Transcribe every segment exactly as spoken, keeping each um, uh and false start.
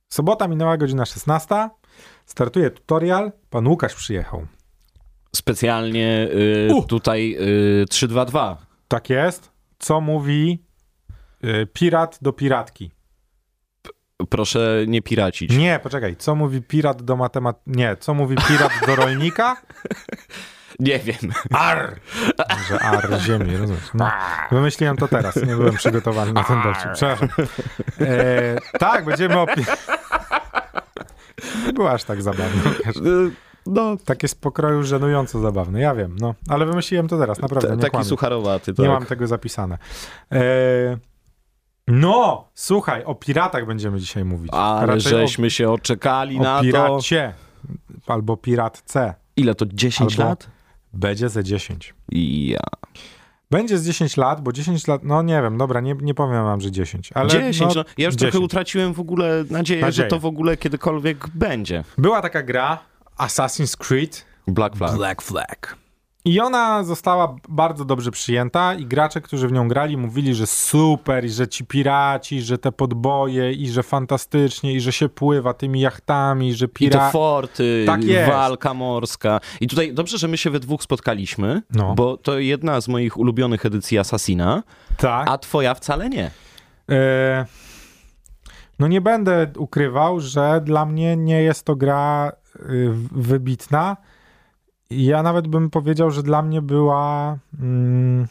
Sobota minęła godzina szesnasta. Startuje tutorial. Pan Łukasz przyjechał. Specjalnie y, Uh. tutaj y, trzy dwa dwa. Tak jest. Co mówi y, pirat do piratki? Proszę nie piracić. Nie, poczekaj. Co mówi pirat do matemat... Nie, co mówi pirat do rolnika? Nie wiem. Ar! Że ar ziemi, rozumiesz? No. Wymyśliłem to teraz. Nie byłem przygotowany na ten dowcip. Przepraszam. E, tak, będziemy o... Nie było aż tak zabawne. No, Takie z pokroju żenująco zabawne. Ja wiem, no. Ale wymyśliłem to teraz, naprawdę. t- Nie taki kłamię. sucharowaty, tak. Nie mam tego zapisane. E, no, słuchaj, o piratach będziemy dzisiaj mówić. Ale Raczej żeśmy się oczekali o, na o to. piracie. Albo piratce. Ile to? dziesięć Albo- lat? Będzie ze dziesięć. Ja. Będzie z dziesięć lat, bo dziesięć lat, no nie wiem, dobra, nie, nie powiem wam, że dziesięć. Ale dziesięć, no, no, ja już dziesięć. trochę utraciłem w ogóle nadzieję, Nadzieję. że to w ogóle kiedykolwiek będzie. Była taka gra, Assassin's Creed Black Flag. Black Flag. I ona została bardzo dobrze przyjęta i gracze, którzy w nią grali, mówili, że super i że ci piraci, że te podboje i że fantastycznie i że się pływa tymi jachtami, że I te piraci... forty, Tak jest. walka morska. I tutaj dobrze, że my się we dwóch spotkaliśmy, No. bo to jedna z moich ulubionych edycji Assassina, Tak. a twoja wcale nie. E, no nie będę ukrywał, że dla mnie nie jest to gra y, wybitna. Ja nawet bym powiedział, że dla mnie była... Mm,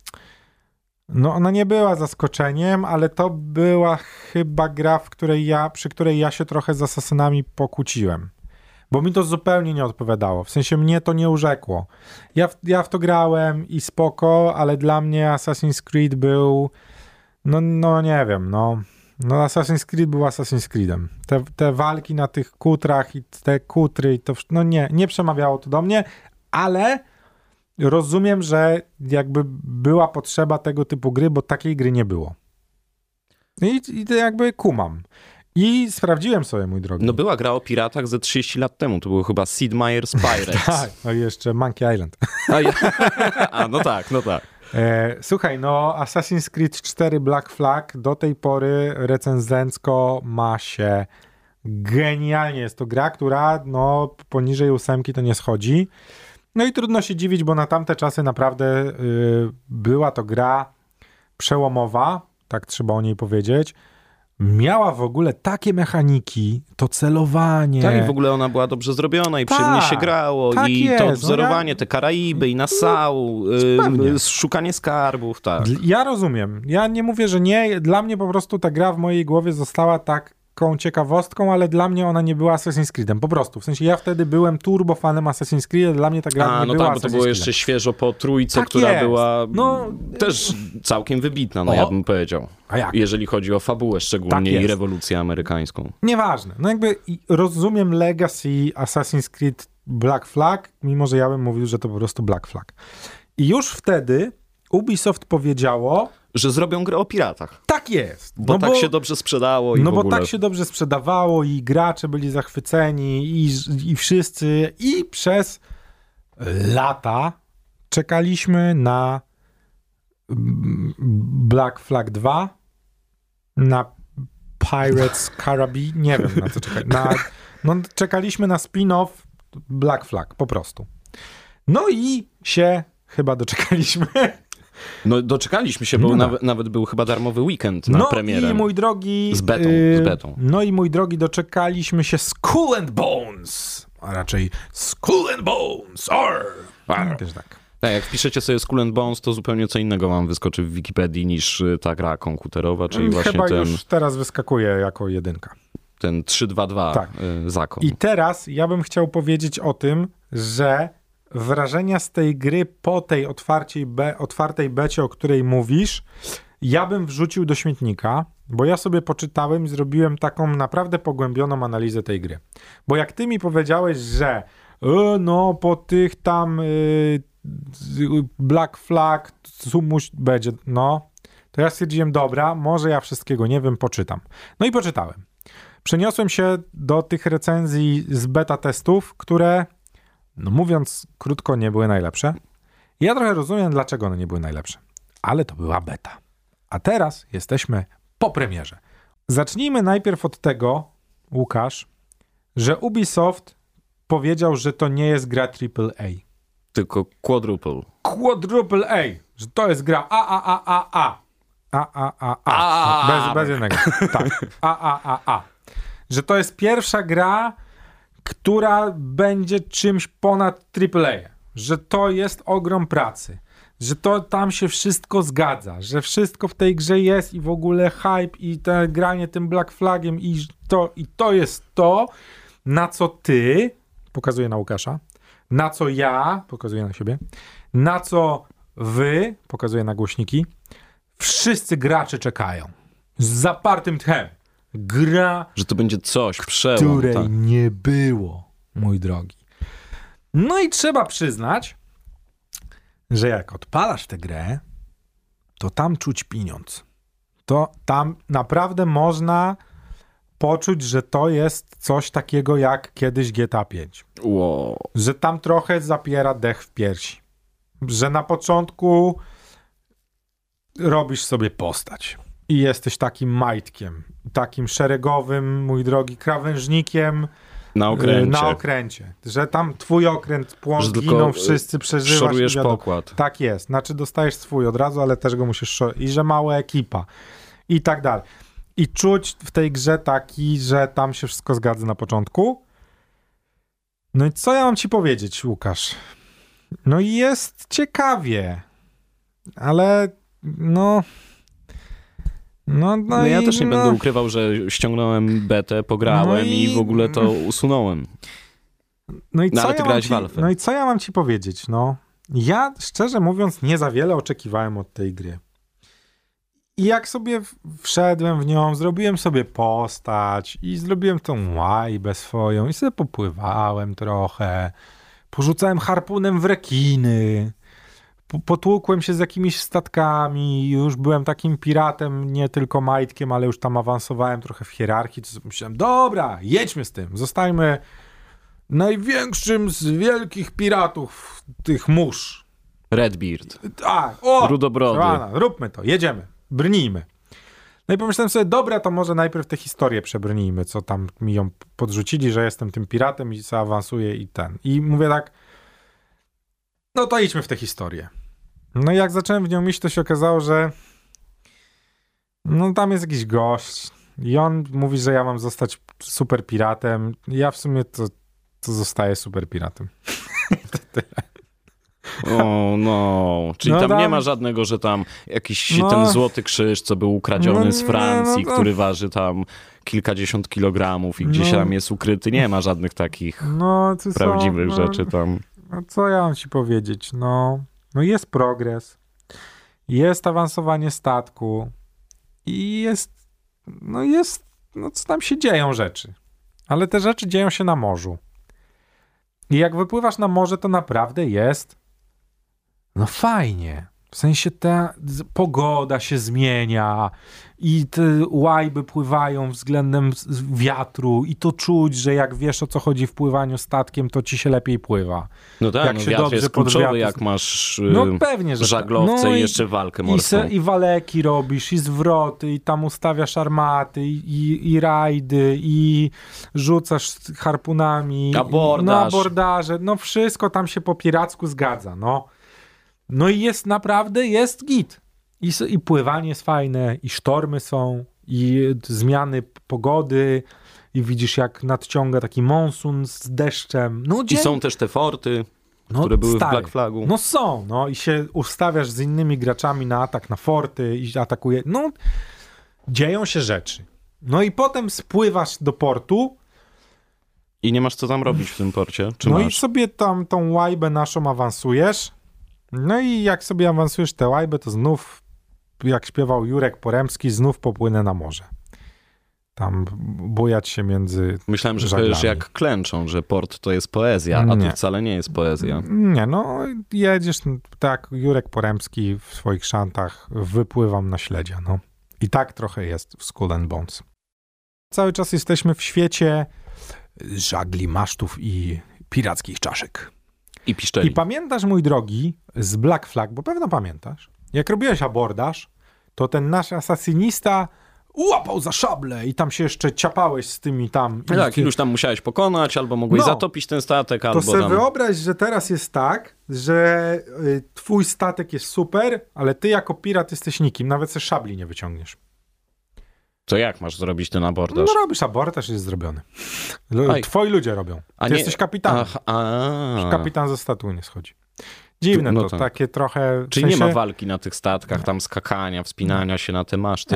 no ona nie była zaskoczeniem, ale to była chyba gra, w której ja, przy której ja się trochę z asasynami pokłóciłem. Bo mi to zupełnie nie odpowiadało. W sensie mnie to nie urzekło. Ja w, ja w to grałem i spoko, ale dla mnie Assassin's Creed był... No, no nie wiem, no. No Assassin's Creed był Assassin's Creedem. Te, te walki na tych kutrach i te kutry, i to, wsz- no nie, nie przemawiało to do mnie, ale rozumiem, że jakby była potrzeba tego typu gry, bo takiej gry nie było. I, i to jakby kumam. I sprawdziłem sobie, mój drogi. No była gra o piratach ze trzydzieści lat temu, to było chyba Sid Meier's Pirates. Tak, no i jeszcze Monkey Island. A, ja... A no tak, no tak. E, słuchaj, no Assassin's Creed cztery Black Flag do tej pory recenzencko ma się genialnie. Jest to gra, która no poniżej ósemki to nie schodzi. No i trudno się dziwić, bo na tamte czasy naprawdę y, była to gra przełomowa, tak trzeba o niej powiedzieć. Miała w ogóle takie mechaniki, to celowanie. Tak, i w ogóle ona była dobrze zrobiona i Tak, przyjemnie się grało tak i jest, to no odwzorowanie, ja- te Karaiby i Nassau, pewnie. y, szukanie skarbów, tak. Dl- Ja rozumiem. Ja nie mówię, że nie. Dla mnie po prostu ta gra w mojej głowie została taką ciekawostką, ale dla mnie ona nie była Assassin's Creedem. Po prostu. W sensie ja wtedy byłem turbo fanem Assassin's Creed, dla mnie ta gra A, nie no była tak, bo to Assassin's było Creedem. jeszcze świeżo po trójce, Tak która jest. była No, też całkiem wybitna, no O. ja bym powiedział. A jak? Jeżeli chodzi o fabułę Tak szczególnie jest. i rewolucję amerykańską. Nieważne. No jakby i- rozumiem legacy Assassin's Creed Black Flag, mimo że ja bym mówił, że to po prostu Black Flag. I już wtedy Ubisoft powiedziało, Że zrobią grę o piratach, tak jest. bo no tak bo, się dobrze sprzedało i No w bo ogóle. tak się dobrze sprzedawało i gracze byli zachwyceni i, i wszyscy i przez lata czekaliśmy na mm, Black Flag dwa, na Pirates Caribbean, nie wiem na co czekać. Na, no, czekaliśmy na spin-off Black Flag, po prostu. No i się chyba doczekaliśmy. No doczekaliśmy się, bo No. nawet, nawet był chyba darmowy weekend na No premierę. i mój drogi... Z betą, yy, z betą. No i mój drogi, doczekaliśmy się Skull and Bones, a raczej Skull and Bones, arr. Arr. Też tak. Tak, jak wpiszecie sobie Skull and Bones, to zupełnie co innego wam wyskoczy w Wikipedii niż y, ta gra komputerowa, czyli właśnie Chyba ten, już teraz wyskakuje jako jedynka. ten trzy dwa dwa Tak. y, zakon. I teraz ja bym chciał powiedzieć o tym, że wrażenia z tej gry po tej otwarciej be, otwartej becie, o której mówisz, ja bym wrzucił do śmietnika, bo ja sobie poczytałem i zrobiłem taką naprawdę pogłębioną analizę tej gry. Bo jak ty mi powiedziałeś, że e, no po tych tam y, Black Flag sumuś będzie, no, to ja stwierdziłem, dobra, może ja wszystkiego nie wiem, poczytam. No i poczytałem. Przeniosłem się do tych recenzji z beta testów, które, no mówiąc krótko, nie były najlepsze. Ja trochę rozumiem, dlaczego one nie były najlepsze. Ale to była beta. A teraz jesteśmy po premierze. Zacznijmy najpierw od tego, Łukasz, że Ubisoft powiedział, że to nie jest gra triple A. Tylko quadruple. Quadruple A. Że to jest gra A, A, A, A, A. A, A, A, A. Bez, bez jednego. Tak. A, A, A, A. Że to jest pierwsza gra, która będzie czymś ponad triple A. Że to jest ogrom pracy. Że to tam się wszystko zgadza. Że wszystko w tej grze jest i w ogóle hype i te granie tym Black Flagiem i to, i to jest to, na co ty, pokazuję na Łukasza, na co ja, pokazuję na siebie, na co wy, pokazuję na głośniki, wszyscy gracze czekają. Z zapartym tchem. Gra, że to będzie coś, przełom. Której tak. nie było, mój drogi. No i trzeba przyznać, że jak odpalasz tę grę, to tam czuć pieniądz. To tam naprawdę można poczuć, że to jest coś takiego jak kiedyś G T A pięć. Wow. Że tam trochę zapiera dech w piersi. Że na początku robisz sobie postać i jesteś takim majtkiem, takim szeregowym, mój drogi, krawężnikiem na okręcie. Na okręcie. Że tam twój okręt płon, że giną, wszyscy przeżywasz. Szorujesz wiadomo, pokład. Tak jest. Znaczy dostajesz swój od razu, ale też go musisz szorować. I że mała ekipa. I tak dalej. I czuć w tej grze taki, że tam się wszystko zgadza na początku. No i co ja mam ci powiedzieć, Łukasz? No i jest ciekawie. Ale no... No, no, no ja i, też nie no. będę ukrywał, że ściągnąłem betę, pograłem no i... i w ogóle to usunąłem. No i no, co ale ty ja grałeś ci, w Alfę. No i co ja mam ci powiedzieć? No, ja szczerze mówiąc nie za wiele oczekiwałem od tej gry. I jak sobie wszedłem w nią, zrobiłem sobie postać i zrobiłem tą łajbę swoją i sobie popływałem trochę, porzucałem harpunem w rekiny, potłukłem się z jakimiś statkami, już byłem takim piratem, nie tylko majtkiem, ale już tam awansowałem trochę w hierarchii, to myślałem, dobra, jedźmy z tym, zostańmy największym z wielkich piratów, tych mórz. Redbeard. Tak, o! Rudobrody. Rana, róbmy to, jedziemy, brnijmy. No i pomyślałem sobie, dobra, to może najpierw tę historię przebrnijmy, co tam mi ją podrzucili, że jestem tym piratem i zaawansuję i ten. I mówię tak, no to idźmy w tę historię. No i jak zacząłem w nią iść, to się okazało, że no tam jest jakiś gość i on mówi, że ja mam zostać super piratem. Ja w sumie to, to zostaję super piratem. To tyle. O no, czyli no tam, tam nie ma żadnego, że tam jakiś no, ten złoty krzyż, co był ukradziony no, z Francji, no, no, który waży tam kilkadziesiąt kilogramów i gdzieś no, tam jest ukryty. Nie ma żadnych takich no, prawdziwych są, rzeczy no, tam. No co ja mam ci powiedzieć? No, no jest progres, jest awansowanie statku i jest, no jest, no co tam się dzieją rzeczy. Ale te rzeczy dzieją się na morzu. I jak wypływasz na morze, to naprawdę jest no fajnie. W sensie ta pogoda się zmienia i te łajby pływają względem wiatru i to czuć, że jak wiesz, o co chodzi w pływaniu statkiem, to ci się lepiej pływa. No tak, jak no się wiatr dobrze jest pod kluczowy, wiatr... jak masz no, pewnie, że żaglowce no i jeszcze walkę i, morską. se, I waleki robisz, i zwroty, i tam ustawiasz armaty, i, i, i rajdy, i rzucasz harpunami. Abordaż. No abordaże, no wszystko tam się po piracku zgadza, no. No i jest naprawdę, jest git. I, I pływanie jest fajne, i sztormy są, i zmiany pogody, i widzisz jak nadciąga taki monsun z deszczem. No, dzień... I są też te forty, no, które były stary. w Black Flagu. No są, no i się ustawiasz z innymi graczami na atak na forty i atakuje. No, dzieją się rzeczy. No i potem spływasz do portu. I nie masz co tam robić w tym porcie? Czy no masz? I sobie tam tą łajbę naszą awansujesz. No i jak sobie awansujesz tę łajbę, to znów, jak śpiewał Jurek Poremski, znów popłynę na morze. Tam bujać się między Myślałem, że żaglami. powiesz jak klęczą, że port to jest poezja, a Nie. to wcale nie jest poezja. Nie, no jedziesz, tak, Jurek Poremski w swoich szantach, wypływam na śledzia, no. I tak trochę jest w Skull and Bones. Cały czas jesteśmy w świecie żagli, masztów i pirackich czaszek. I piszczeli. I pamiętasz, mój drogi, z Black Flag, bo pewno pamiętasz, jak robiłeś abordaż, to ten nasz asasynista łapał za szable i tam się jeszcze ciapałeś z tymi tam. Tak, ty... iluś tam musiałeś pokonać, albo mogłeś no, zatopić ten statek, to albo sobie tam... wyobraź, że teraz jest tak, że y, twój statek jest super, ale ty jako pirat jesteś nikim, nawet ze szabli nie wyciągniesz. To jak masz zrobić ten abordaż? No robisz abordaż i jest zrobiony. L- Twoi ludzie robią. Ty A nie... jesteś kapitanem. Ach, a... Kapitan ze statku nie schodzi. Dziwne no to, tak. takie trochę... Czyli w sensie... nie ma walki na tych statkach, nie. Tam skakania, wspinania się na te maszty.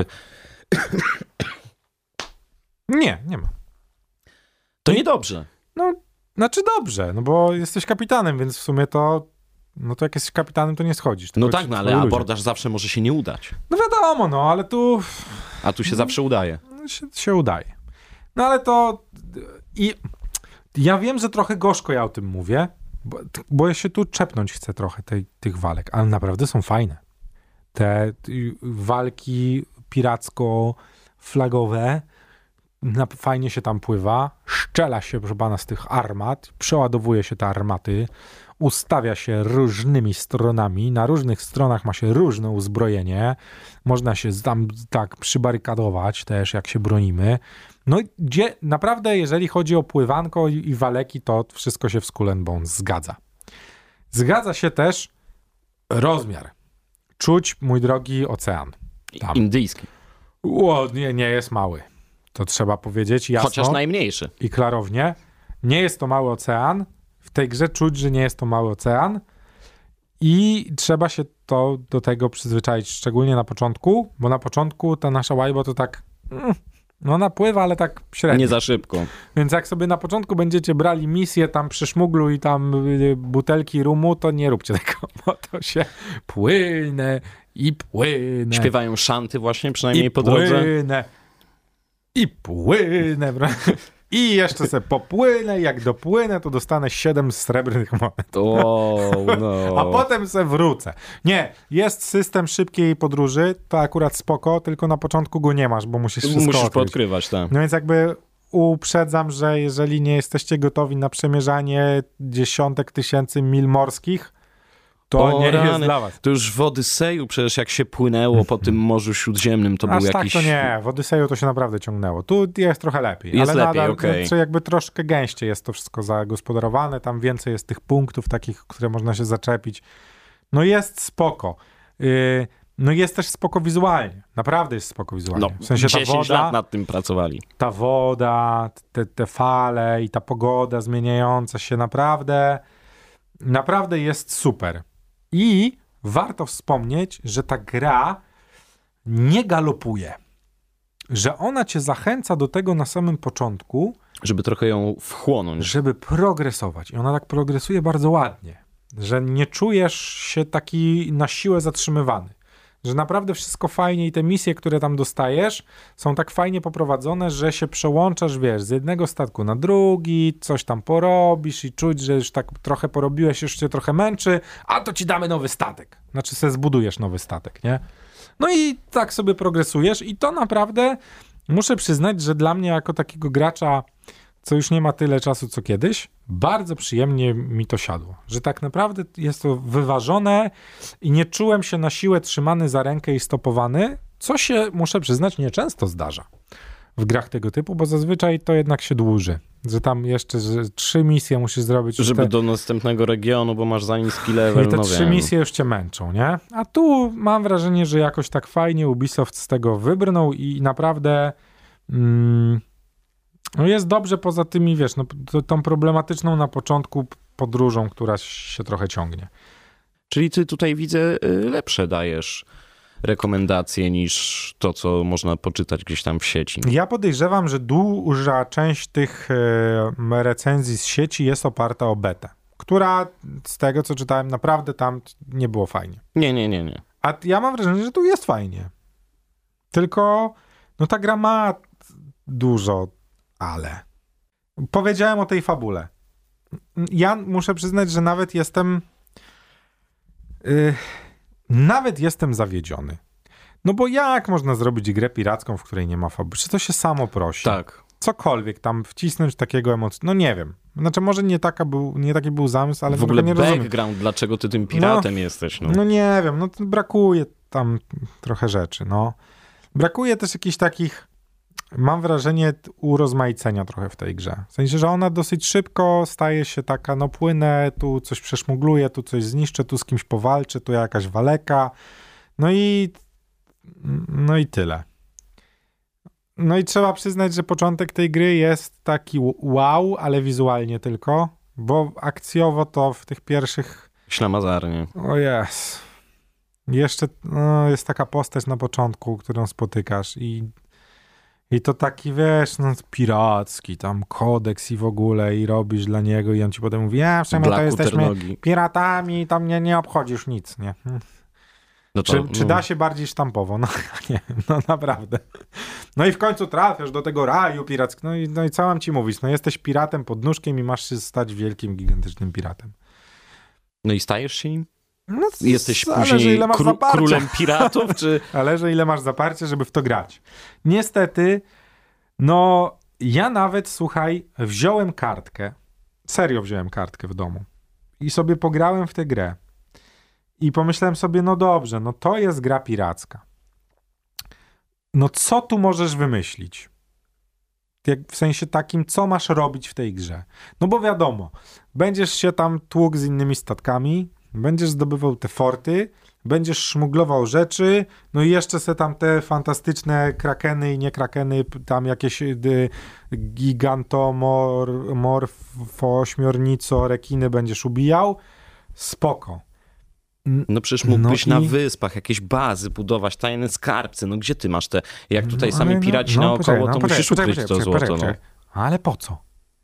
Nie, nie ma. To niedobrze. No, znaczy dobrze, no bo jesteś kapitanem, więc w sumie to... No to jak jesteś kapitanem, to nie schodzisz. No tak, no ale ludzie. abordaż zawsze może się nie udać. No wiadomo, no ale tu... A tu się zawsze udaje. No, się, się udaje. No ale to... I ja wiem, że trochę gorzko ja o tym mówię, bo, bo ja się tu czepnąć chcę trochę tej, tych walek, ale naprawdę są fajne. Te walki piracko-flagowe, na, fajnie się tam pływa, szczela się, proszę pana, z tych armat, przeładowuje się te armaty, ustawia się różnymi stronami, na różnych stronach ma się różne uzbrojenie, można się tam tak przybarykadować też, jak się bronimy. No gdzie naprawdę, jeżeli chodzi o pływanko i, i waleki, to wszystko się w Skull and Bones zgadza. Zgadza się też rozmiar. Czuć, mój drogi, ocean. Tam. Indyjski. O, nie, nie jest mały. To trzeba powiedzieć jasno. Chociaż najmniejszy. I klarownie. Nie jest to mały ocean. W tej grze czuć, że nie jest to mały ocean. I trzeba się to do tego przyzwyczaić, szczególnie na początku, bo na początku ta nasza łajba to tak... Mm, no ona pływa, ale tak średnio. Nie za szybko. Więc jak sobie na początku będziecie brali misję tam przy szmuglu i tam y, butelki rumu, to nie róbcie tego, bo to się płynę i płynę. Śpiewają szanty właśnie, przynajmniej I po drodze. płynę. I płynę. I jeszcze sobie popłynę. Jak dopłynę, to dostanę siedem srebrnych monet. O, no. A potem se wrócę. Nie, jest system szybkiej podróży, to akurat spoko, tylko na początku go nie masz, bo musisz wszystko Musisz odkryć. poodkrywać, tak. No więc jakby uprzedzam, że jeżeli nie jesteście gotowi na przemierzanie dziesiątek tysięcy mil morskich, to O, nie rany. jest dla was. To już w Odyseju przecież jak się płynęło po tym Morzu Śródziemnym, to Aż był tak jakiś... to nie, w Odyseju to się naprawdę ciągnęło. Tu jest trochę lepiej, Jest ale lepiej, nadal okej. czy jakby troszkę gęściej jest to wszystko zagospodarowane, tam więcej jest tych punktów takich, które można się zaczepić. No jest spoko. Yy, no jest też spoko wizualnie. Naprawdę jest spoko wizualnie. No, w sensie ta dziesięć woda, lat nad tym pracowali. ta woda, te, te fale i ta pogoda zmieniająca się naprawdę, naprawdę jest super. I warto wspomnieć, że ta gra nie galopuje. Że ona cię zachęca do tego na samym początku, Żeby trochę ją wchłonąć. żeby progresować. I ona tak progresuje bardzo ładnie. Że nie czujesz się taki na siłę zatrzymywany. Że naprawdę wszystko fajnie i te misje, które tam dostajesz, są tak fajnie poprowadzone, że się przełączasz, wiesz, z jednego statku na drugi, coś tam porobisz i czuć, że już tak trochę porobiłeś, już cię trochę męczy, a to ci damy nowy statek. Znaczy sobie zbudujesz nowy statek, nie? No i tak sobie progresujesz i to naprawdę muszę przyznać, że dla mnie jako takiego gracza, co już nie ma tyle czasu co kiedyś, bardzo przyjemnie mi to siadło. Że tak naprawdę jest to wyważone i nie czułem się na siłę trzymany za rękę i stopowany, co się, muszę przyznać, nieczęsto zdarza w grach tego typu, bo zazwyczaj to jednak się dłuży. Że tam jeszcze że trzy misje musisz zrobić. Żeby te, do następnego regionu, bo masz za niski level, i te no trzy wiem. misje już cię męczą, nie? A tu mam wrażenie, że jakoś tak fajnie Ubisoft z tego wybrnął i naprawdę... Mm, no jest dobrze poza tymi, wiesz, no, to, tą problematyczną na początku podróżą, która się trochę ciągnie. Czyli ty tutaj widzę y, lepsze dajesz rekomendacje niż to, co można poczytać gdzieś tam w sieci. Ja podejrzewam, że duża część tych e, recenzji z sieci jest oparta o betę, która z tego, co czytałem, naprawdę tam nie było fajnie. Nie, nie, nie, nie. A ja mam wrażenie, że tu jest fajnie. Tylko, no ta gra ma dużo ale. Powiedziałem o tej fabule. Ja muszę przyznać, że nawet jestem yy, nawet jestem zawiedziony. No bo jak można zrobić grę piracką, w której nie ma fabuły? Czy to się samo prosi? Tak. Cokolwiek tam wcisnąć takiego emocji. No nie wiem. Znaczy może nie, taka był, nie taki był zamysł, ale w ogóle nie rozumiem. background, dlaczego ty tym piratem no, jesteś. No. no nie wiem, no brakuje tam trochę rzeczy, no. Brakuje też jakichś takich, mam wrażenie, urozmaicenia trochę w tej grze. W sensie, że ona dosyć szybko staje się taka, no płynę, tu coś przeszmugluję, tu coś zniszczę, tu z kimś powalczę, tu jakaś waleka. No i no i tyle. No i trzeba przyznać, że początek tej gry jest taki wow, ale wizualnie tylko, bo akcjowo to w tych pierwszych... Ślamazarnie. O jest. Jeszcze no, jest taka postać na początku, którą spotykasz i, i to taki, wiesz, no, piracki, tam kodeks i w ogóle i robisz dla niego i on ci potem mówi, ja w sumie to jesteśmy nogi. piratami, tam mnie nie obchodzisz nic, nie? No to, czy, no. czy da się bardziej sztampowo? No nie, no naprawdę. No i w końcu trafiasz do tego raju pirackiego. No i, no i co mam ci mówić? No jesteś piratem pod nóżkiem i masz się stać wielkim, gigantycznym piratem. No i stajesz się nim? No, jesteś później kró- królem piratów? Czy... Ale że ile masz zaparcia, żeby w to grać. Niestety, no ja nawet, słuchaj, wziąłem kartkę. Serio wziąłem kartkę w domu. I sobie pograłem w tę grę. I pomyślałem sobie, no dobrze, no to jest gra piracka. No co tu możesz wymyślić? Jak w sensie takim, co masz robić w tej grze? No bo wiadomo, będziesz się tam tłukł z innymi statkami, będziesz zdobywał te forty, będziesz szmuglował rzeczy, no i jeszcze se tam te fantastyczne krakeny i nie krakeny, tam jakieś y, gigantomorfo, ośmiornico, rekiny będziesz ubijał. Spoko. No przecież mógłbyś no i... na wyspach jakieś bazy budować, tajne skarbce, no gdzie ty masz te, jak tutaj no, sami piraci no, no, naokoło, poczekaj, to no, musisz poczekaj, ukryć poczekaj, to poczekaj, złoto. Poczekaj, no. Ale po co?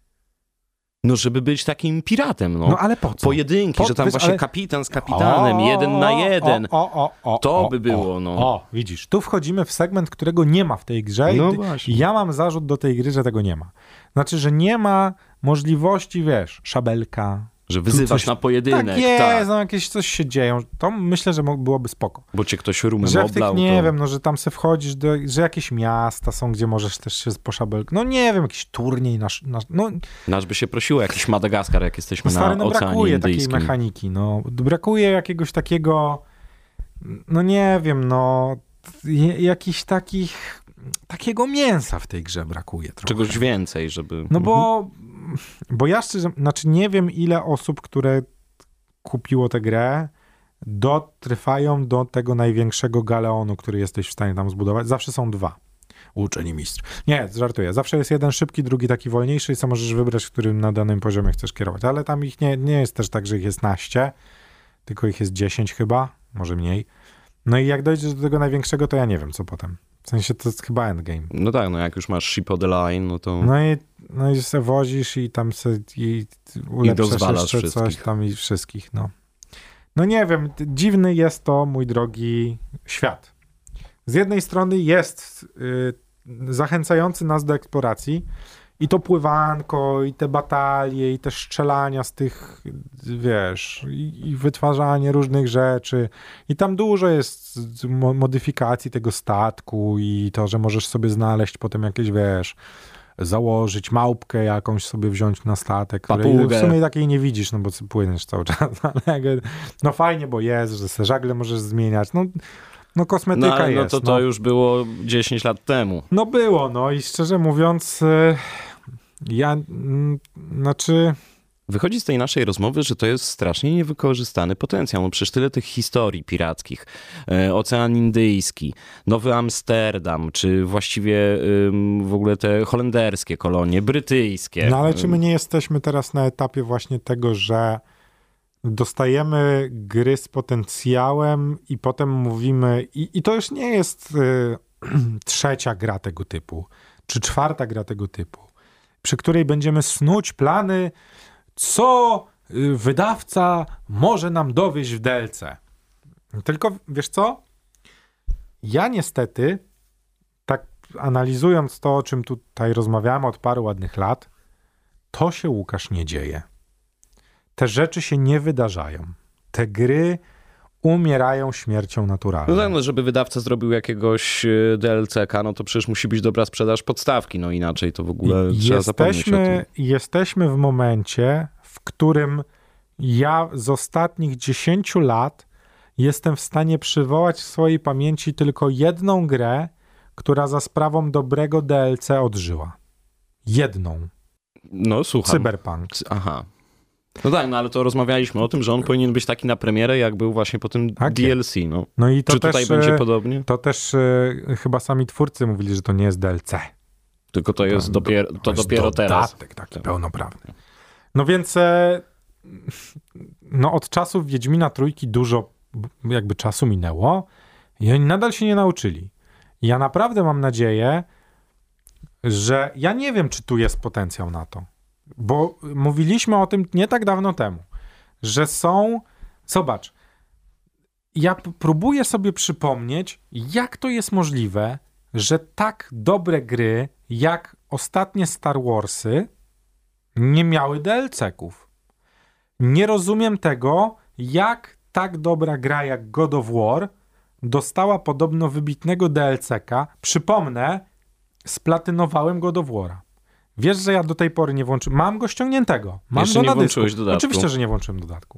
No żeby być takim piratem, no. No ale po co? Pojedynki, po, że tam wiesz, właśnie ale... kapitan z kapitanem, o, jeden na jeden. O, o, o, o, to o, by było, o, no. O, widzisz, tu wchodzimy w segment, którego nie ma w tej grze no i właśnie. ja mam zarzut do tej gry, że tego nie ma. Znaczy, że nie ma możliwości, wiesz, szabelka, że wyzywasz coś, na pojedynek. Tak jest, tak. No jakieś coś się dzieją. To myślę, że byłoby spoko. Bo cię ktoś rumem że oblał. Tych, nie to... wiem, no, że tam se wchodzisz, do, że jakieś miasta są, gdzie możesz też się poszabelkować. No nie wiem, jakiś turniej nasz... nasz no. Nasz by się prosiło, jakiś Madagaskar, jak jesteśmy no, stary, na no, Oceanie brakuje Indyjskim. Takiej mechaniki, no. Brakuje jakiegoś takiego, no nie wiem, no, jakichś takich, takiego mięsa w tej grze brakuje trochę. Czegoś więcej, żeby... No bo, bo ja szczerze, znaczy nie wiem, ile osób, które kupiło tę grę, dotrwają do tego największego galeonu, który jesteś w stanie tam zbudować. Zawsze są dwa. Uczeni mistrz. Nie, żartuję. Zawsze jest jeden szybki, drugi taki wolniejszy i co możesz wybrać, w którym na danym poziomie chcesz kierować. Ale tam ich nie, nie jest też tak, że ich jest naście, tylko ich jest dziesięć chyba, może mniej. No i jak dojdziesz do tego największego, to ja nie wiem, co potem. W sensie to jest chyba endgame. No tak, no jak już masz ship of the line, no to... No i, no i se wozisz i tam se i ulepszasz I jeszcze coś tam i wszystkich, no. No nie wiem, dziwny jest to, mój drogi, świat. Z jednej strony jest y, zachęcający nas do eksploracji i to pływanko, i te batalie, i te strzelania z tych, wiesz, i, i wytwarzanie różnych rzeczy. I tam dużo jest modyfikacji tego statku i to, że możesz sobie znaleźć potem jakieś, wiesz, założyć małpkę jakąś sobie wziąć na statek. Papugę. W sumie takiej nie widzisz, no bo płyniesz cały czas. No fajnie, bo jest, że se żagle możesz zmieniać. No, no kosmetyka no, ale jest. No to to no. już było dziesięć lat temu. No było, no i szczerze mówiąc ja, znaczy... Wychodzi z tej naszej rozmowy, że to jest strasznie niewykorzystany potencjał. No przecież tyle tych historii pirackich. E, Ocean Indyjski, Nowy Amsterdam, czy właściwie ym, w ogóle te holenderskie kolonie, brytyjskie. No ale czy my nie jesteśmy teraz na etapie właśnie tego, że dostajemy gry z potencjałem i potem mówimy... I, i to już nie jest y, trzecia gra tego typu, czy czwarta gra tego typu, przy której będziemy snuć plany, co wydawca może nam dowieść w D L C. Tylko, wiesz co? Ja niestety, tak analizując to, o czym tutaj rozmawiamy od paru ładnych lat, to się, Łukasz, nie dzieje. Te rzeczy się nie wydarzają. Te gry umierają śmiercią naturalną. No tak, no, żeby wydawca zrobił jakiegoś D L C ka, no to przecież musi być dobra sprzedaż podstawki, no inaczej to w ogóle I trzeba zapomnieć o tym. Jesteśmy w momencie, w którym ja z ostatnich dziesięciu lat jestem w stanie przywołać w swojej pamięci tylko jedną grę, która za sprawą dobrego D L C odżyła. Jedną. No, słucham. Cyberpunk. Aha. No tak, no ale to rozmawialiśmy o tym, że on powinien być taki na premierę, jak był właśnie po tym Tak D L C. No. No i to Czy też, tutaj będzie podobnie? To też y, chyba sami twórcy mówili, że to nie jest D L C. Tylko to jest to, dopiero, to jest dopiero teraz. Dodatek taki pełnoprawny. No więc e, no od czasów Wiedźmina Trójki dużo jakby czasu minęło i oni nadal się nie nauczyli. Ja naprawdę mam nadzieję, że ja nie wiem, czy tu jest potencjał na to. Bo mówiliśmy o tym nie tak dawno temu, że są... Zobacz, ja p- próbuję sobie przypomnieć, jak to jest możliwe, że tak dobre gry, jak ostatnie Star Warsy, nie miały D L C-ków. Nie rozumiem tego, jak tak dobra gra jak God of War dostała podobno wybitnego D L C-ka. Przypomnę, splatynowałem God of War'a. Wiesz, że ja do tej pory nie włączyłem. Mam go ściągniętego. Mam Jeszcze go nie na włączyłeś dysku. dodatku. Oczywiście, że nie włączyłem dodatku.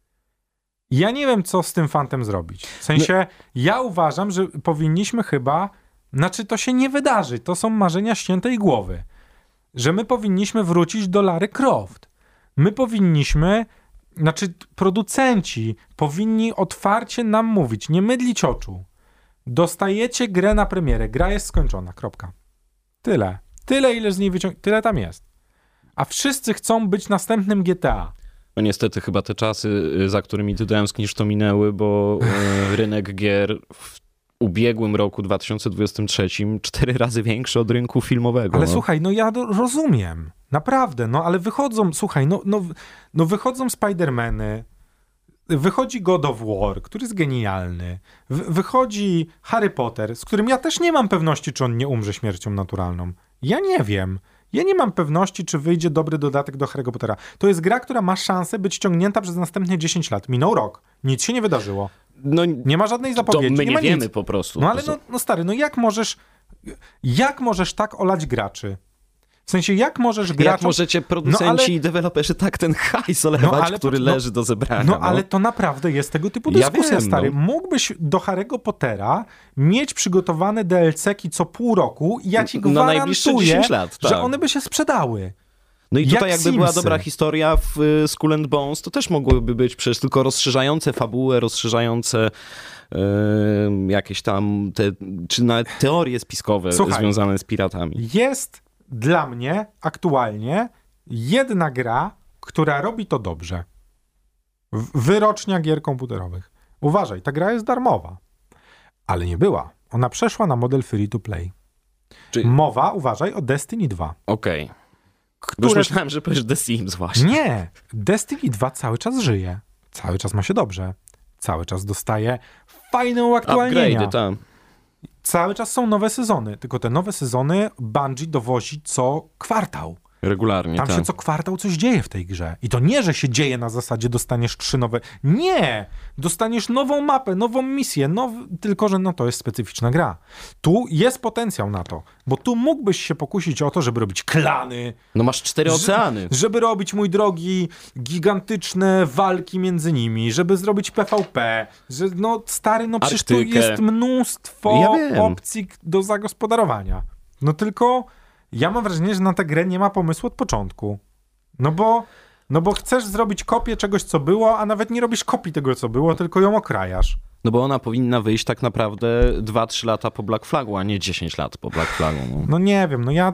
Ja nie wiem, co z tym fantem zrobić. W sensie, no. ja uważam, że powinniśmy chyba... Znaczy, to się nie wydarzy. To są marzenia ściętej głowy. Że my powinniśmy wrócić do Lary Croft. My powinniśmy... Znaczy, producenci powinni otwarcie nam mówić, nie mydlić oczu. Dostajecie grę na premierę. Gra jest skończona. Kropka. Tyle. Tyle, ile z niej wyciągnie. Tyle tam jest. A wszyscy chcą być następnym G T A. No niestety chyba te czasy, za którymi ty tęsknisz, to minęły, bo e, rynek gier w ubiegłym roku dwa tysiące dwudziestym trzecim cztery razy większy od rynku filmowego. Ale no. słuchaj, no ja do, rozumiem. Naprawdę, no ale wychodzą, słuchaj, no, no, no wychodzą Spider-Many, wychodzi God of War, który jest genialny, w, wychodzi Harry Potter, z którym ja też nie mam pewności, czy on nie umrze śmiercią naturalną. Ja nie wiem. Ja nie mam pewności, czy wyjdzie dobry dodatek do Harry'ego Pottera. To jest gra, która ma szansę być ciągnięta przez następne dziesięć lat. Minął rok. Nic się nie wydarzyło. No, nie ma żadnej zapowiedzi. To my nie, nie ma wiemy nic. po prostu. No ale no, no stary, no jak możesz jak możesz tak olać graczy? W sensie, jak możesz graczom... Jak możecie producenci no, ale... i deweloperzy tak ten hajs olewać, no, ale... który no, leży do zebrania? No, no ale to naprawdę jest tego typu dyskusja, ja wiem, stary. No. Mógłbyś do Harry'ego Pottera mieć przygotowane D L C-ki co pół roku i ja ci gwarantuję, na najbliższe dziesięć lat, tak. że one by się sprzedały. No i tutaj Jak jakby Simsy. była dobra historia w y, Skull and Bones, to też mogłyby być przecież tylko rozszerzające fabułę, rozszerzające y, jakieś tam, te, czy nawet teorie spiskowe Słuchaj, związane z piratami. Jest dla mnie aktualnie jedna gra, która robi to dobrze. W- Wyrocznia gier komputerowych. Uważaj, ta gra jest darmowa. Ale nie była. Ona przeszła na model free to play. Czyli... Mowa, uważaj, o Destiny dwa. Okej. Okay. Które... Już myślałem, że powiesz The Sims właśnie. Nie. Destiny dwa cały czas żyje. Cały czas ma się dobrze. Cały czas dostaje fajne uaktualnienia. Upgrade'y, tam. Cały czas są nowe sezony. Tylko te nowe sezony Bungie dowozi co kwartał. Regularnie, Tam tak. się co kwartał coś dzieje w tej grze. I to nie, że się dzieje na zasadzie dostaniesz trzy nowe... Nie! Dostaniesz nową mapę, nową misję, now... tylko że no to jest specyficzna gra. Tu jest potencjał na to, bo tu mógłbyś się pokusić o to, żeby robić klany. No masz cztery oceany. Żeby, żeby robić, mój drogi, gigantyczne walki między nimi, żeby zrobić P V P, że no stary, no przecież Arktykę. tu jest mnóstwo Ja opcji do zagospodarowania. No tylko... Ja mam wrażenie, że na tę grę nie ma pomysłu od początku. No bo, no bo chcesz zrobić kopię czegoś, co było, a nawet nie robisz kopii tego, co było, tylko ją okrajasz. No bo ona powinna wyjść tak naprawdę dwa trzy lata po Black Flagu, a nie dziesięć lat po Black Flagu. No, no nie wiem, no ja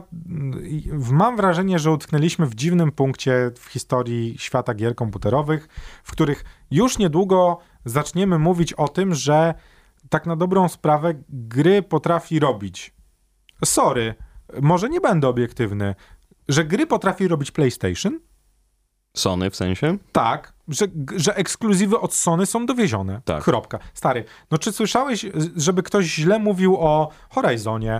mam wrażenie, że utknęliśmy w dziwnym punkcie w historii świata gier komputerowych, w których już niedługo zaczniemy mówić o tym, że tak na dobrą sprawę gry potrafi robić. Sorry, może nie będę obiektywny, że gry potrafi robić PlayStation? Sony w sensie? Tak, że, że ekskluzywy od Sony są dowiezione. Tak. Kropka. Stary, no czy słyszałeś, żeby ktoś źle mówił o Horizonie,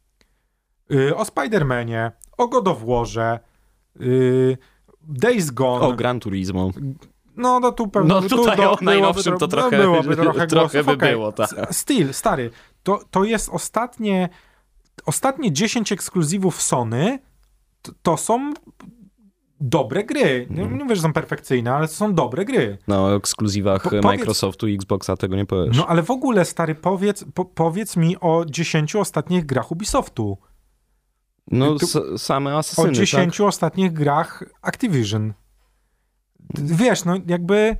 yy, o Spider-Manie, o God of Warze, yy, Days Gone. O Gran Turismo. No, no tu pewnie... No tutaj tu, o najnowszym to trochę, byłoby trochę, trochę by okay. było, tak. Still, stary, to, to jest ostatnie... Ostatnie dziesięć ekskluzywów Sony to, to są dobre gry. Nie, Mm. nie mówię, że są perfekcyjne, ale to są dobre gry. No, o ekskluzywach Po- powiedz- Microsoftu i Xboxa tego nie powiesz. No ale w ogóle, stary, powiedz, po, powiedz mi o dziesięciu ostatnich grach Ubisoftu. No, tu- s- same O asesyny, dziesięciu ostatnich grach Activision. Wiesz, no jakby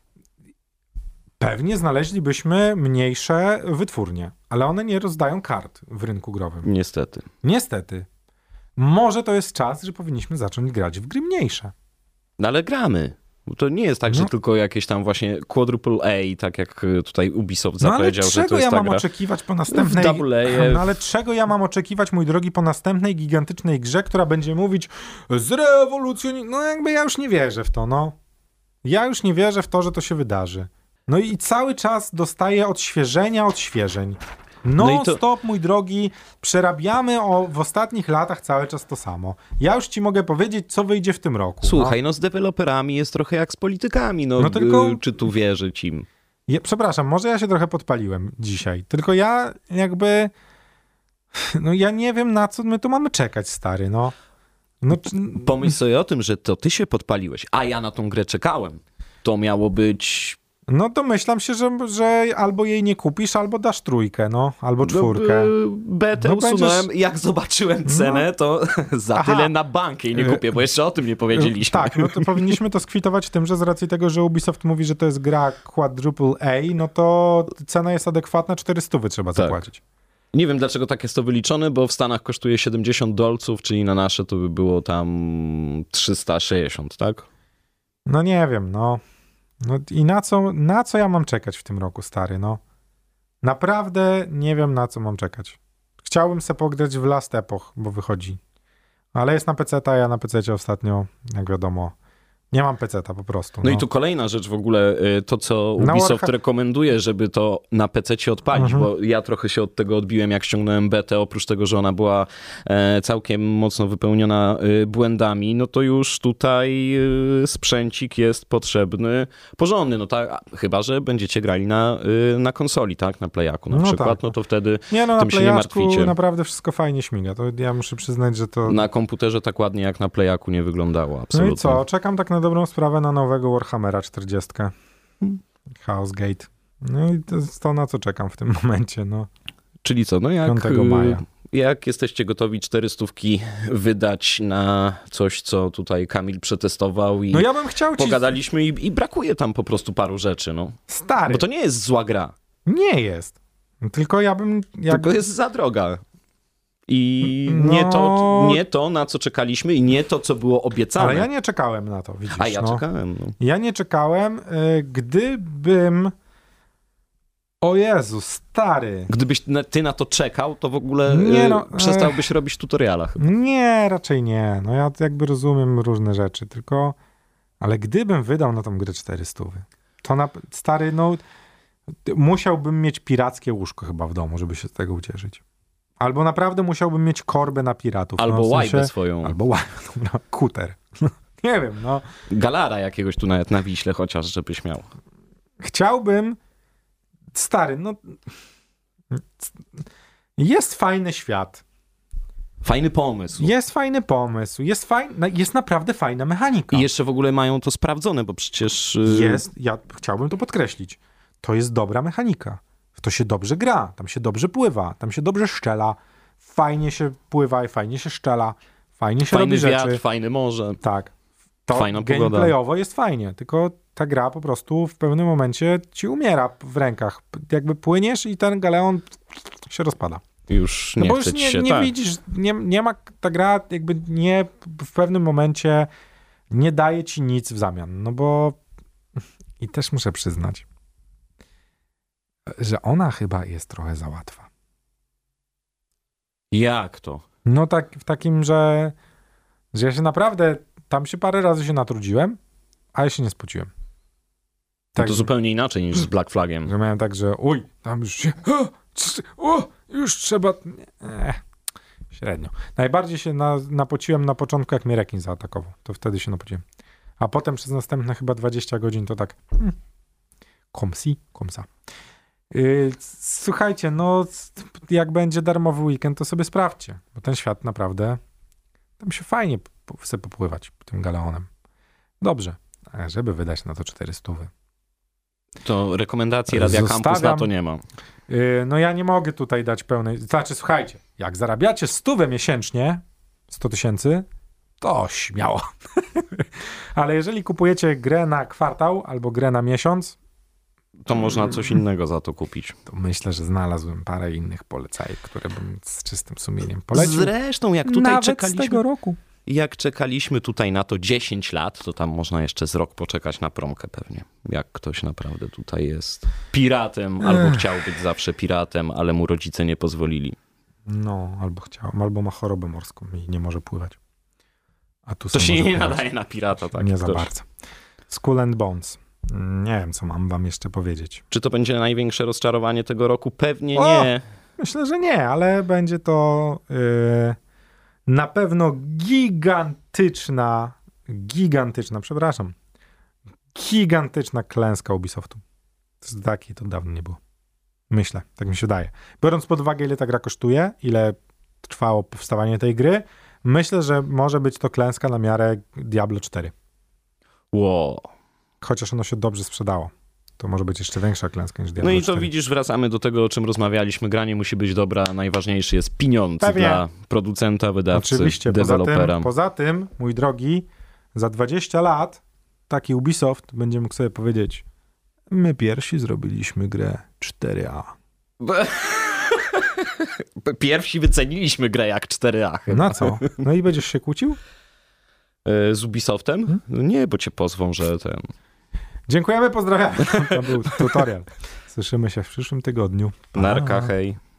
pewnie znaleźlibyśmy mniejsze wytwórnie, ale one nie rozdają kart w rynku growym. tak? Niestety. Niestety. Może to jest czas, że powinniśmy zacząć grać w gry mniejsze. No ale gramy. Bo to nie jest tak, że No. tylko jakieś tam właśnie quadruple A, tak jak tutaj Ubisoft No ale zapowiedział, że czego to jest ja ta mam gra. oczekiwać po następnej... W double A, No ale czego ja mam oczekiwać, mój drogi, po następnej gigantycznej grze, która będzie mówić zrewolucjoni... No jakby ja już nie wierzę w to, no. Ja już nie wierzę w to, że to się wydarzy. No i cały czas dostaję odświeżenia, odświeżeń. No, No i to- stop, mój drogi, przerabiamy o, w ostatnich latach cały czas to samo. Ja już ci mogę powiedzieć, co wyjdzie w tym roku. Słuchaj, no z deweloperami jest trochę jak z politykami, no, No tylko- y, czy tu wierzyć im? No. Ja, przepraszam, może ja się trochę podpaliłem dzisiaj, tylko ja jakby... No ja nie wiem, na co my tu mamy czekać, stary, no. No, czy- Pomyśl sobie o tym, że to ty się podpaliłeś, a ja na tą grę czekałem. To miało być... no domyślam się, że, że albo jej nie kupisz, albo dasz trójkę, no, albo czwórkę. No, y, betę No usunąłem, będziesz- jak zobaczyłem cenę, to za Aha. tyle na bank jej nie Y, kupię, bo jeszcze o tym nie powiedzieliśmy. Tak, no to powinniśmy to skwitować tym, że z racji tego, że Ubisoft mówi, że to jest gra quadruple A, no to cena jest adekwatna, czterysta trzeba Tak. zapłacić. Nie wiem, dlaczego tak jest to wyliczone, bo w Stanach kosztuje siedemdziesiąt dolców, czyli na nasze to by było tam trzysta sześćdziesiąt, tak? No nie wiem, no. No i na co, na co ja mam czekać w tym roku, stary, no. Naprawdę nie wiem, na co mam czekać. Chciałbym se pograć w Last Epoch, bo wychodzi. Ale jest na peceta, ja na pececie ostatnio, jak wiadomo, nie mam peceta po prostu. No i tu kolejna rzecz w ogóle, y, to co Na Ubisoft Warha- rekomenduje, żeby to na pececie odpalić, Mhm. bo ja trochę się od tego odbiłem, jak ściągnąłem betę, oprócz tego, że ona była e, całkiem mocno wypełniona y, błędami, no to już tutaj y, sprzęcik jest potrzebny, porządny, no tak, a, chyba że będziecie grali na, y, na konsoli, tak, na Playaku na No przykład, tak. no to wtedy Nie no, na tym się nie Playaczku martwicie. naprawdę wszystko fajnie śmiga. To ja muszę przyznać, że to... Na komputerze tak ładnie jak na Playaku nie wyglądało, No absolutnie. i co? Czekam tak na dobrą sprawę na nowego Warhammera czterdzieści. Hmm. Chaos Gate. No i to jest to, na co czekam w tym momencie, no. Czyli co, no jak, piątego maja. y, jak jesteście gotowi czterystówki wydać na coś, co tutaj Kamil przetestował i No ja bym chciał ci... pogadaliśmy i, i brakuje tam po prostu paru rzeczy, no. Stary, Bo to nie jest zła gra, nie jest. Tylko ja bym... Jak... tylko jest za droga. I No. nie, to, nie to, na co czekaliśmy i nie to, co było obiecane. Ale ja nie czekałem na to, widzisz. A ja no. czekałem, no. Ja nie czekałem, y, gdybym... O Jezu, stary. Gdybyś na, ty na to czekał, to w ogóle Nie y, no, przestałbyś robić tutoriala chyba. Nie, raczej nie. No ja jakby rozumiem różne rzeczy, tylko... Ale gdybym wydał na tą grę czterysta, to na... Stary, no... Musiałbym mieć pirackie łóżko chyba w domu, żeby się z tego ucieszyć. Albo naprawdę musiałbym mieć korbę na piratów. Albo no, w łajbę sensie... swoją. Albo łajbę, dobra, kuter. Nie wiem, no. Galara jakiegoś tu nawet na Wiśle chociaż, żebyś miał. Chciałbym... Stary, no... Jest fajny świat. Fajny pomysł. Jest fajny pomysł. Jest, fajn... jest naprawdę fajna mechanika. I jeszcze w ogóle mają to sprawdzone, bo przecież... y, Jest, ja chciałbym to podkreślić. To jest dobra mechanika. W to się dobrze gra, tam się dobrze pływa, tam się dobrze szczela. Fajnie się pływa i fajnie się szczela. Fajnie się Fajny robi rzeczy. wiatr, fajne morze. Tak. To Fajna pogoda. gameplayowo jest fajnie, tylko ta gra po prostu w pewnym momencie ci umiera w rękach. Jakby płyniesz i ten galeon się rozpada. Już No nie bo chce już ci nie, się, nie tak. widzisz, nie, nie ma, ta gra jakby nie, w pewnym momencie nie daje ci nic w zamian, no bo i też muszę przyznać, że ona chyba jest trochę za łatwa. Jak to? No tak, w takim, że, że ja się naprawdę, tam się parę razy się natrudziłem, a ja się nie spociłem. No Tak, to zupełnie inaczej niż z Black Flagiem. że miałem tak, że uj, tam już się, o, trzy- o już trzeba, nie, średnio. Najbardziej się na, napociłem na początku, jak mnie rekin zaatakował. To wtedy się napociłem. A potem przez następne chyba dwadzieścia godzin to tak, hmm, komsi, komsa. Yy, słuchajcie, no jak będzie darmowy weekend, to sobie sprawdźcie, bo ten świat naprawdę tam się fajnie sobie popływać tym galeonem. Dobrze, ale żeby wydać na to czterysta. To rekomendacji Radia Zostawiam. Campus na to nie ma. Yy, no ja nie mogę tutaj dać pełnej... Znaczy, słuchajcie, jak zarabiacie stówę miesięcznie, sto tysięcy, to śmiało. Ale jeżeli kupujecie grę na kwartał albo grę na miesiąc, To można coś innego za to kupić. to myślę, że znalazłem parę innych polecajek, które bym z czystym sumieniem polecił. Zresztą, jak tutaj Nawet czekaliśmy... z tego roku. Jak czekaliśmy tutaj na to dziesięć lat, to tam można jeszcze z rok poczekać na promkę pewnie. Jak ktoś naprawdę tutaj jest piratem, albo Ech. chciał być zawsze piratem, ale mu rodzice nie pozwolili. No, albo chciał, albo ma chorobę morską i nie może pływać. A tu To sam się może nie pływać. nadaje na pirata, tak? Nie za ktoś. bardzo. Skull and Bones. Nie wiem, co mam wam jeszcze powiedzieć. Czy to będzie największe rozczarowanie tego roku? Pewnie O! nie. Myślę, że nie, ale będzie to yy, na pewno gigantyczna, gigantyczna, przepraszam, gigantyczna klęska Ubisoftu. To takiej to dawno nie było. Myślę, tak mi się wydaje. Biorąc pod uwagę, ile ta gra kosztuje, ile trwało powstawanie tej gry, myślę, że może być to klęska na miarę Diablo cztery. Wow. Chociaż ono się dobrze sprzedało. To może być jeszcze większa klęska niż Diablo No i to cztery. widzisz, wracamy do tego, o czym rozmawialiśmy. Granie musi być dobra, najważniejszy jest pieniądz Pewnie. dla producenta, wydawcy, Oczywiście, poza dewelopera. tym, poza tym, mój drogi, za dwadzieścia lat taki Ubisoft będzie mógł sobie powiedzieć: my pierwsi zrobiliśmy grę cztery A. Pierwsi wyceniliśmy grę jak cztery A chyba. Na co? No i będziesz się kłócił? E, Z Ubisoftem? Hmm? No nie, bo cię pozwą, że ten... Dziękujemy, pozdrawiamy. To był tutorial. Słyszymy się w przyszłym tygodniu. Pa. Narka, hej.